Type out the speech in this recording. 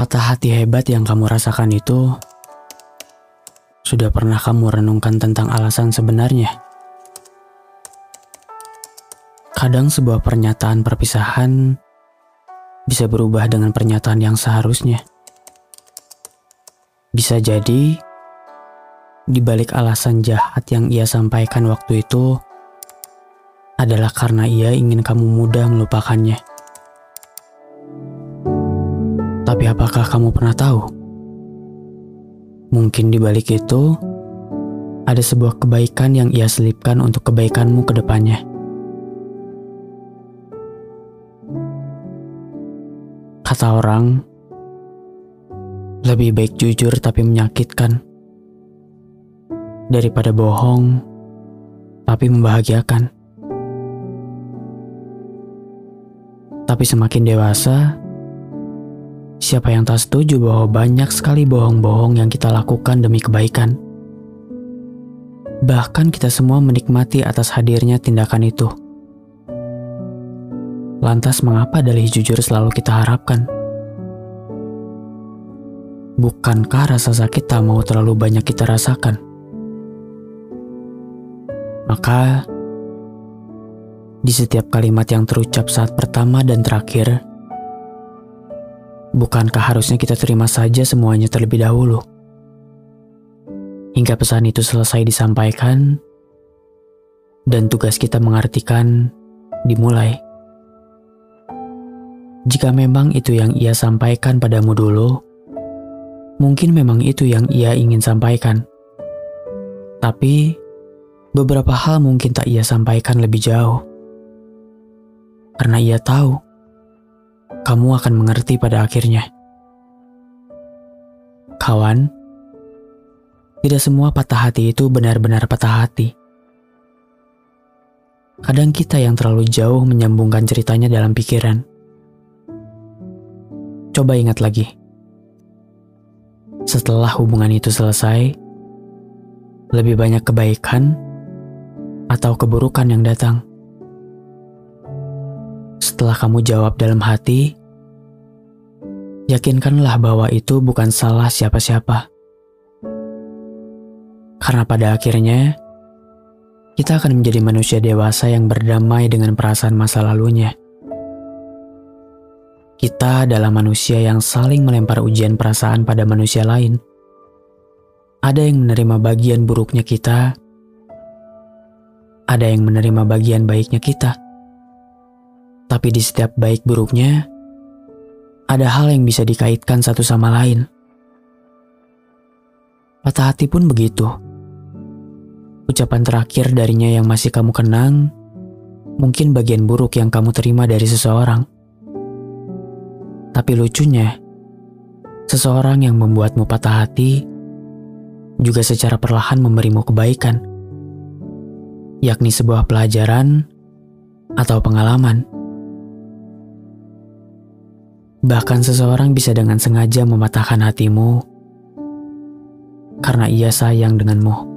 Patah hati hebat yang kamu rasakan itu, sudah pernah kamu renungkan tentang alasan sebenarnya? Kadang sebuah pernyataan perpisahan bisa berubah dengan pernyataan yang seharusnya. Bisa jadi, di balik alasan jahat yang ia sampaikan waktu itu adalah karena ia ingin kamu mudah melupakannya. Tapi apakah kamu pernah tahu? Mungkin di balik itu ada sebuah kebaikan yang ia selipkan untuk kebaikanmu ke depannya. Kata orang, lebih baik jujur tapi menyakitkan daripada bohong tapi membahagiakan. Tapi semakin dewasa, siapa yang tak setuju bahwa banyak sekali bohong-bohong yang kita lakukan demi kebaikan? Bahkan kita semua menikmati atas hadirnya tindakan itu. Lantas mengapa dalih jujur selalu kita harapkan? Bukankah rasa sakit tak mau terlalu banyak kita rasakan? Maka, di setiap kalimat yang terucap saat pertama dan terakhir, bukankah harusnya kita terima saja semuanya terlebih dahulu? Hingga pesan itu selesai disampaikan, dan tugas kita mengartikan dimulai. Jika memang itu yang ia sampaikan padamu dulu, mungkin memang itu yang ia ingin sampaikan. Tapi, beberapa hal mungkin tak ia sampaikan lebih jauh. Karena ia tahu, kamu akan mengerti pada akhirnya. Kawan, tidak semua patah hati itu benar-benar patah hati. Kadang kita yang terlalu jauh menyambungkan ceritanya dalam pikiran. Coba ingat lagi. Setelah hubungan itu selesai, lebih banyak kebaikan atau keburukan yang datang? Setelah kamu jawab dalam hati, yakinkanlah bahwa itu bukan salah siapa-siapa. Karena pada akhirnya, kita akan menjadi manusia dewasa yang berdamai dengan perasaan masa lalunya. Kita adalah manusia yang saling melempar ujian perasaan pada manusia lain. Ada yang menerima bagian buruknya kita, ada yang menerima bagian baiknya kita. Tapi di setiap baik buruknya, ada hal yang bisa dikaitkan satu sama lain. Patah hati pun begitu. Ucapan terakhir darinya yang masih kamu kenang, mungkin bagian buruk yang kamu terima dari seseorang. Tapi lucunya, seseorang yang membuatmu patah hati juga secara perlahan memberimu kebaikan, yakni sebuah pelajaran atau pengalaman. Bahkan seseorang bisa dengan sengaja mematahkan hatimu karena ia sayang denganmu.